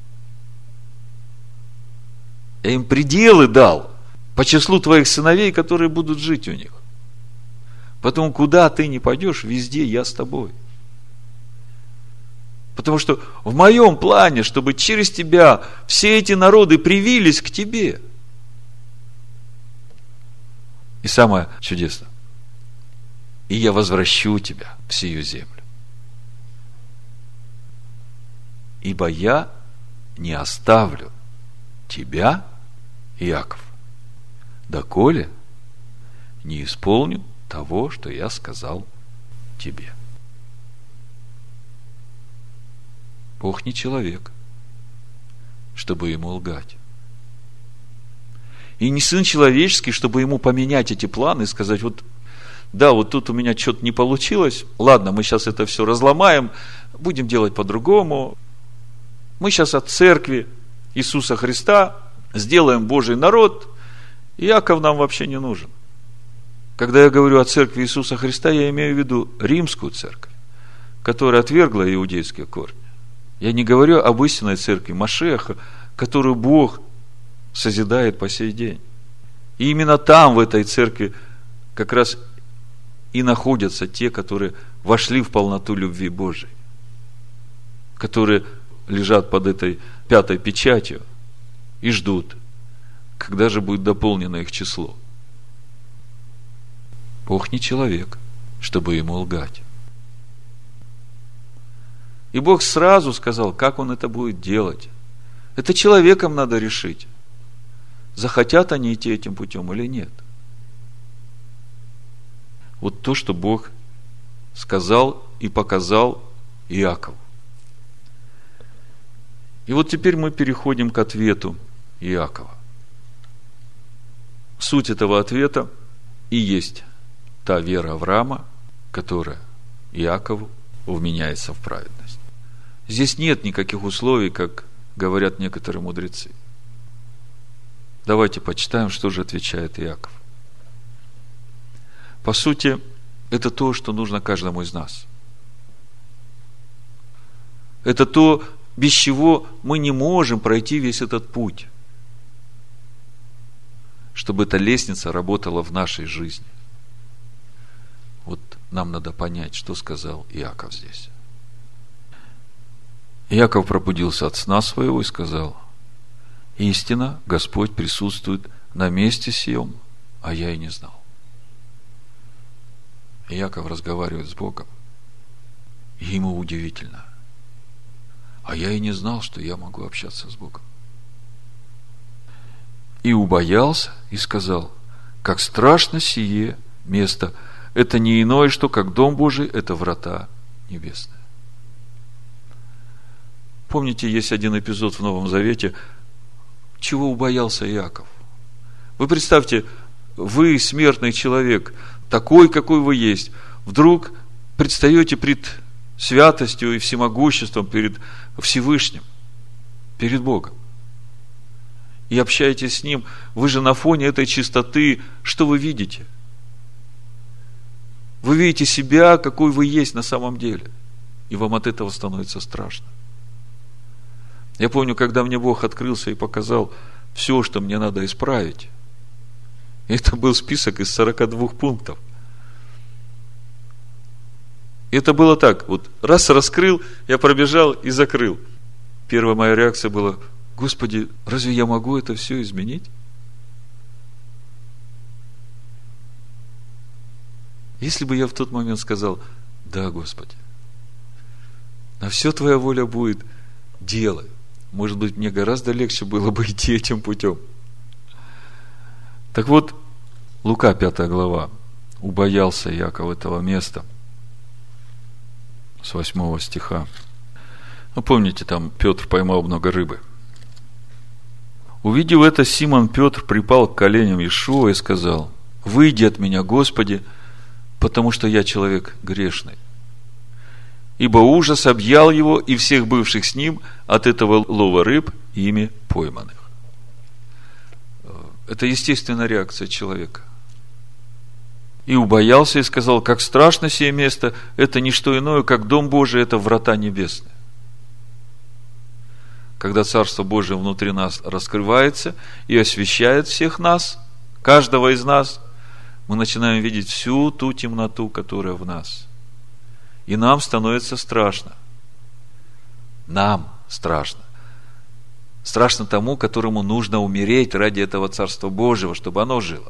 Speaker 2: Я им пределы дал по числу твоих сыновей, которые будут жить у них. Поэтому, куда ты не пойдешь, везде я с тобой. Потому что в моем плане, чтобы через тебя все эти народы привились к тебе. И самое чудесное: и я возвращу тебя в сию землю. Ибо я не оставлю тебя, Иаков, доколе не исполню того, что я сказал тебе. Бог не человек, чтобы ему лгать. И не сын человеческий, чтобы ему поменять эти планы и сказать: вот да, вот тут у меня что-то не получилось, ладно, мы сейчас это все разломаем, будем делать по-другому. Мы сейчас от церкви Иисуса Христа сделаем Божий народ, и Иаков нам вообще не нужен. Когда я говорю о церкви Иисуса Христа, я имею в виду римскую церковь, которая отвергла иудейские корни. Я не говорю об истинной церкви Машиаха, которую Бог созидает по сей день. И именно там, в этой церкви, как раз и находятся те, которые вошли в полноту любви Божией, которые лежат под этой пятой печатью и ждут, когда же будет дополнено их число. Бог не человек, чтобы ему лгать. И Бог сразу сказал, как Он это будет делать. Это человеком надо решить, захотят они идти этим путем или нет. Вот то, что Бог сказал и показал Иакову. И вот теперь мы переходим к ответу Иакова. Суть этого ответа и есть та вера Авраама, которая Иакову вменяется в праведность. Здесь нет никаких условий, как говорят некоторые мудрецы. Давайте почитаем, что же отвечает Иаков. По сути, это то, что нужно каждому из нас. Это то, без чего мы не можем пройти весь этот путь, чтобы эта лестница работала в нашей жизни. Вот нам надо понять, что сказал Иаков здесь. Иаков пробудился от сна своего и сказал: истинно, Господь присутствует на месте сем, а я и не знал. Иаков разговаривает с Богом, и ему удивительно: а я и не знал, что я могу общаться с Богом. И убоялся, и сказал: как страшно сие место, это не иное, что как дом Божий, это врата небесные. Помните, есть один эпизод в Новом Завете, чего убоялся Иаков. Вы представьте, вы, смертный человек, такой, какой вы есть, вдруг предстаете пред святостью и всемогуществом, перед Всевышним, перед Богом, и общаетесь с Ним. Вы же на фоне этой чистоты, что вы видите? Вы видите себя, какой вы есть на самом деле, и вам от этого становится страшно. Я помню, когда мне Бог открылся и показал все, что мне надо исправить, это был список из сорока двух пунктов. Это было так, вот раз раскрыл, я пробежал и закрыл. Первая моя реакция была: Господи, разве я могу это все изменить? Если бы я в тот момент сказал: да, Господи, на все Твоя воля будет, делай, может быть, мне гораздо легче было бы идти этим путем. Так вот, Лука, пятая глава, убоялся Иаков этого места. С восьмого стиха. Ну, помните, там Петр поймал много рыбы. Увидев это, Симон Петр припал к коленям Иешуа и сказал: выйди от меня, Господи, потому что я человек грешный. Ибо ужас объял его и всех бывших с ним от этого лова рыб, ими пойманных. Это естественная реакция человека. И убоялся и сказал: как страшно сие место, это не что иное, как дом Божий, это врата небесные. Когда Царство Божие внутри нас раскрывается и освещает всех нас, каждого из нас, мы начинаем видеть всю ту темноту, которая в нас. И нам становится страшно. Нам страшно. Страшно тому, которому нужно умереть ради этого Царства Божьего, чтобы оно жило.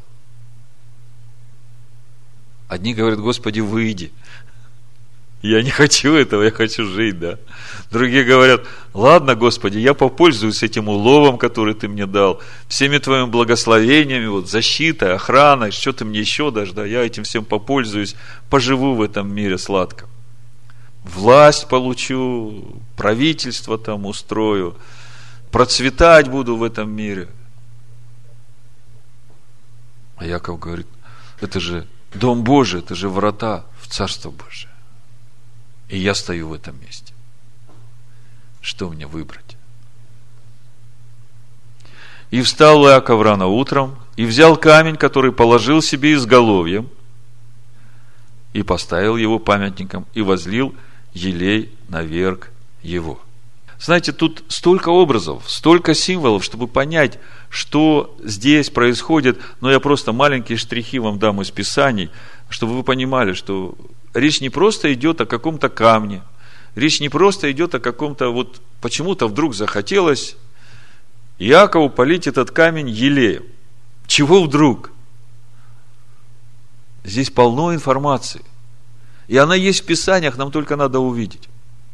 Speaker 2: Одни говорят: Господи, выйди. Я не хочу этого, я хочу жить, да. Другие говорят: ладно, Господи, я попользуюсь этим уловом, который Ты мне дал, всеми Твоими благословениями, вот, защитой, охраной, что Ты мне еще дашь, да, я этим всем попользуюсь, поживу в этом мире сладко. власть получу, правительство там устрою, процветать буду в этом мире. А Яков говорит, это же Дом Божий, это же врата в Царство Божие. И я стою в этом месте. Что мне выбрать? И встал Иаков рано утром, и взял камень, который положил себе изголовьем, и поставил его памятником, и возлил елей наверх его. Знаете, тут столько образов, столько символов, чтобы понять, что здесь происходит. Но я просто маленькие штрихи вам дам из Писаний, чтобы вы понимали, что речь не просто идет о каком-то камне, речь не просто идет о каком-то, вот почему-то вдруг захотелось Иакову полить этот камень елеем. Чего вдруг? Здесь полно информации. И она есть в Писаниях, нам только надо увидеть.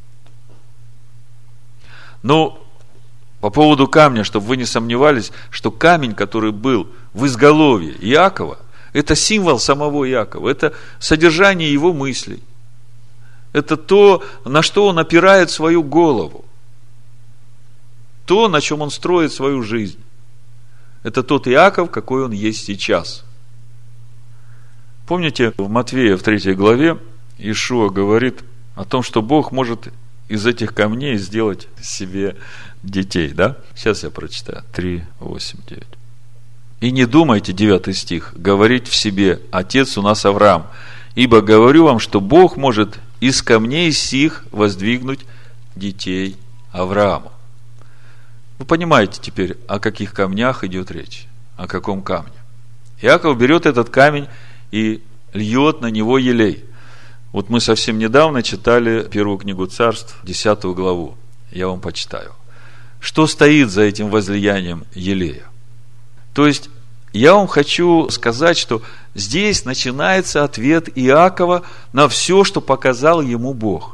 Speaker 2: Но по поводу камня, чтобы вы не сомневались, что камень, который был в изголовье Иакова, это символ самого Иакова, это содержание его мыслей. Это то, на что он опирает свою голову. То, на чем он строит свою жизнь. Это тот Иаков, какой он есть сейчас. Помните, в Матвея в третьей главе Иешуа говорит о том, что Бог может из этих камней сделать себе детей, да? Сейчас я прочитаю. три, восемь, девять. И не думайте, девятый стих, говорить в себе: Отец у нас Авраам, ибо говорю вам, что Бог может из камней сих воздвигнуть детей Аврааму. Вы понимаете теперь, о каких камнях идет речь, о каком камне. Иаков берет этот камень и льет на него елей. Вот мы совсем недавно читали первую книгу Царств, десятую главу. Я вам почитаю. Что стоит за этим возлиянием елея? То есть, я вам хочу сказать, что здесь начинается ответ Иакова на все, что показал ему Бог.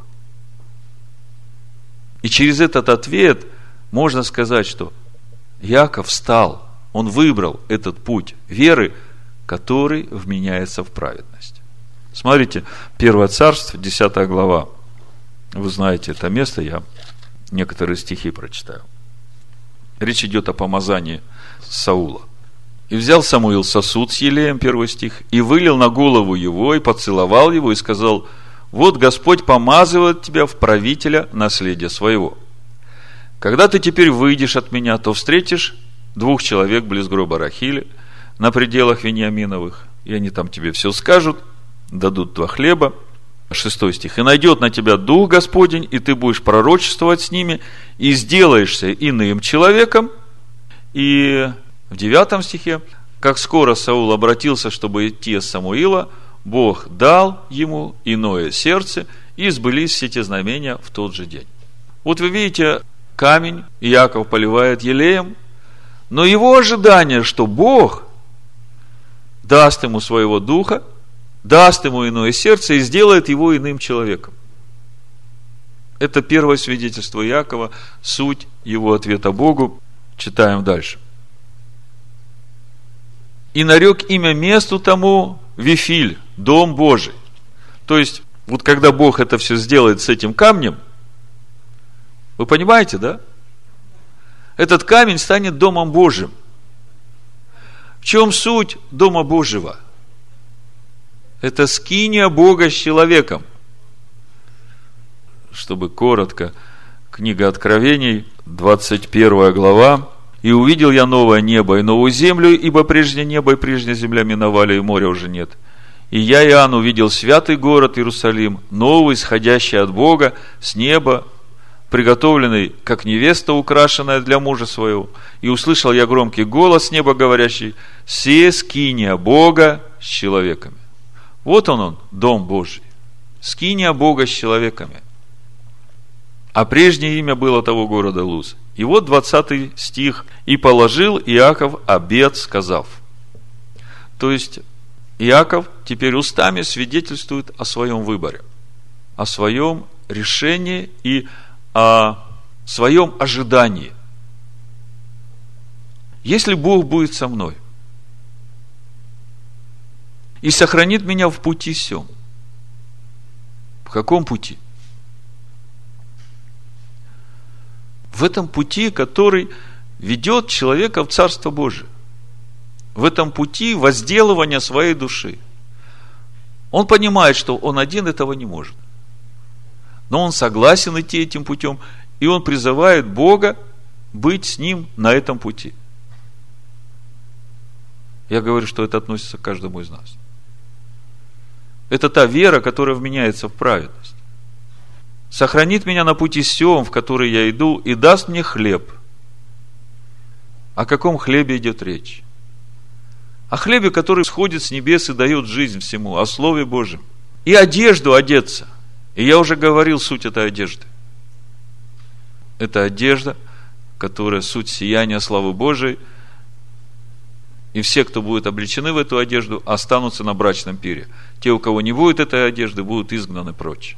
Speaker 2: И через этот ответ можно сказать, что Иаков встал, он выбрал этот путь веры, который вменяется в праведность. Смотрите, первое Царство, десятая глава. Вы знаете это место, я некоторые стихи прочитаю. Речь идет о помазании Саула. «И взял Самуил сосуд с елеем», первый стих, «и вылил на голову его, и поцеловал его, и сказал: вот Господь помазывает тебя в правителя наследия своего. Когда ты теперь выйдешь от меня, то встретишь двух человек близ гроба Рахили на пределах Вениаминовых, и они там тебе все скажут, дадут два хлеба». Шестой стих. «И найдет на тебя Дух Господень, и ты будешь пророчествовать с ними, и сделаешься иным человеком». И в девятом стихе: «Как скоро Саул обратился, чтобы идти с Самуила, Бог дал ему иное сердце, и сбылись все те знамения в тот же день». Вот вы видите, камень Иаков поливает елеем, но его ожидание, что Бог даст ему своего духа, даст ему иное сердце и сделает его иным человеком. Это первое свидетельство Иакова, суть его ответа Богу. Читаем дальше. «И нарек имя месту тому Вифиль, Дом Божий». То есть, вот когда Бог это все сделает с этим камнем, вы понимаете, да? Этот камень станет Домом Божьим. В чем суть Дома Божьего? Это скиния Бога с человеком. Чтобы коротко, книга Откровений, двадцать первая глава. «И увидел я новое небо и новую землю, ибо прежнее небо и прежняя земля миновали, и моря уже нет. И я, Иоанн, увидел святый город Иерусалим, новый, исходящий от Бога, с неба, приготовленный, как невеста, украшенная для мужа своего. И услышал я громкий голос с неба, говорящий: се скиния Бога с человеками». Вот он он, Дом Божий. Скиния Бога с человеками. А прежнее имя было того города Луз. И вот двадцатый стих. «И положил Иаков обет, сказав». То есть, Иаков теперь устами свидетельствует о своем выборе, о своем решении и о своем ожидании. Если Бог будет со мной и сохранит меня в пути сем. В каком пути? В этом пути, который ведет человека в Царство Божие. В этом пути возделывания своей души. Он понимает, что он один этого не может. Но он согласен идти этим путем, и он призывает Бога быть с ним на этом пути. Я говорю, что это относится к каждому из нас. Это та вера, которая вменяется в праведность. Сохранит меня на пути сем, в который я иду, и даст мне хлеб. О каком хлебе идет речь? О хлебе, который сходит с небес и дает жизнь всему, о Слове Божьем. И одежду одеться. И я уже говорил суть этой одежды. Это одежда, которая суть сияния славы Божией. И все, кто будет облечены в эту одежду, останутся на брачном пире. Те, у кого не будет этой одежды, будут изгнаны прочь.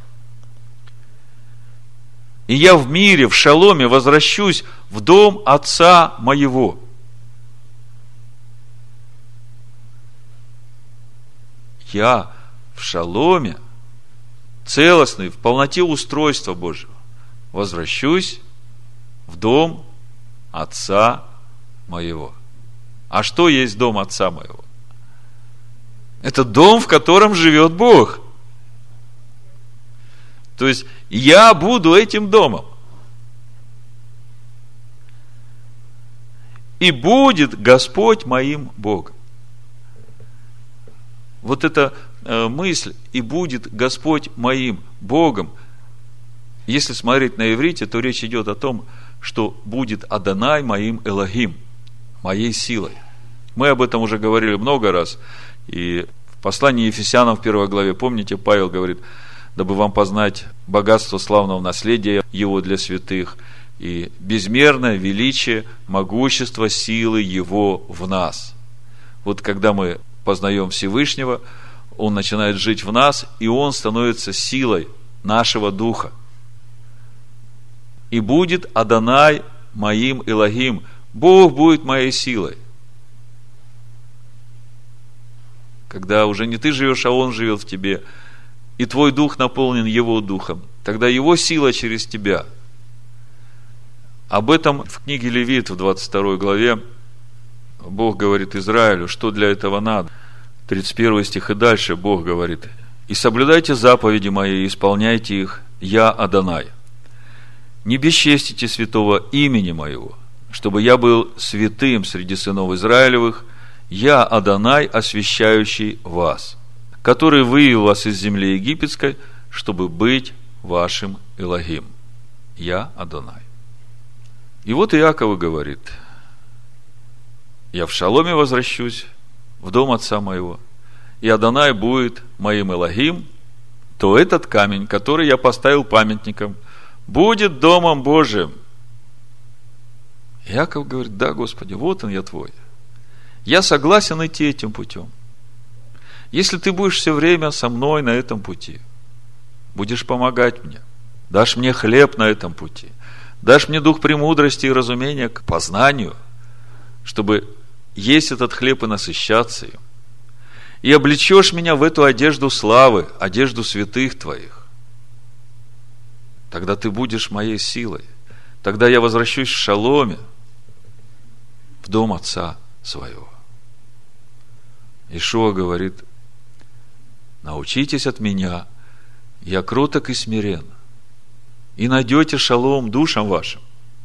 Speaker 2: И я в мире, в шаломе возвращусь в дом Отца моего. Я в шаломе, целостный, в полноте устройства Божьего, возвращусь в дом Отца моего. А что есть дом Отца моего? Это дом, в котором живет Бог. То есть, я буду этим домом. И будет Господь моим Богом. Вот эта э, мысль, и будет Господь моим Богом, если смотреть на иврите, то речь идет о том, что будет Адонай моим Элохим, моей силой. Мы об этом уже говорили много раз. И в послании Ефесянам в первой главе, помните, Павел говорит: дабы вам познать богатство славного наследия Его для святых и безмерное величие, могущество, силы Его в нас. Вот когда мы познаем Всевышнего, Он начинает жить в нас, и Он становится силой нашего духа. И будет Адонай моим Элохим. Бог будет моей силой. Когда уже не ты живешь, а Он живет в тебе, и твой дух наполнен Его духом, тогда Его сила через тебя. Об этом в книге Левит в двадцать второй главе Бог говорит Израилю, что для этого надо. тридцать первый стих и дальше Бог говорит: «И соблюдайте заповеди мои, и исполняйте их, я Адонай. Не бесчестите святого имени моего, чтобы я был святым среди сынов Израилевых, я Адонай, освящающий вас, который вывел вас из земли египетской, чтобы быть вашим Элохим. Я Адонай». И вот Иаков говорит: я в шаломе возвращусь в дом Отца моего, и Адонай будет моим Элохим, то этот камень, который я поставил памятником, будет домом Божиим. Иаков говорит: да, Господи, вот он я твой. Я согласен идти этим путем. Если ты будешь все время со мной на этом пути, будешь помогать мне, дашь мне хлеб на этом пути, дашь мне дух премудрости и разумения к познанию, чтобы есть этот хлеб и насыщаться им, и облечешь меня в эту одежду славы, одежду святых твоих, тогда ты будешь моей силой. Тогда я возвращусь в шаломе в дом Отца своего. Иешуа говорит: научитесь от меня, я кроток и смирен, и найдете шалом душам вашим.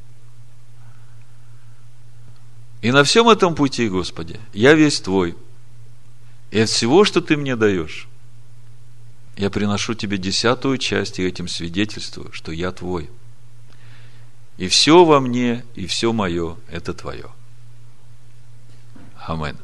Speaker 2: И на всем этом пути, Господи, я весь Твой. И от всего, что Ты мне даешь, я приношу Тебе десятую часть, и этим свидетельствую, что я Твой. И все во мне, и все мое – это Твое. Аминь.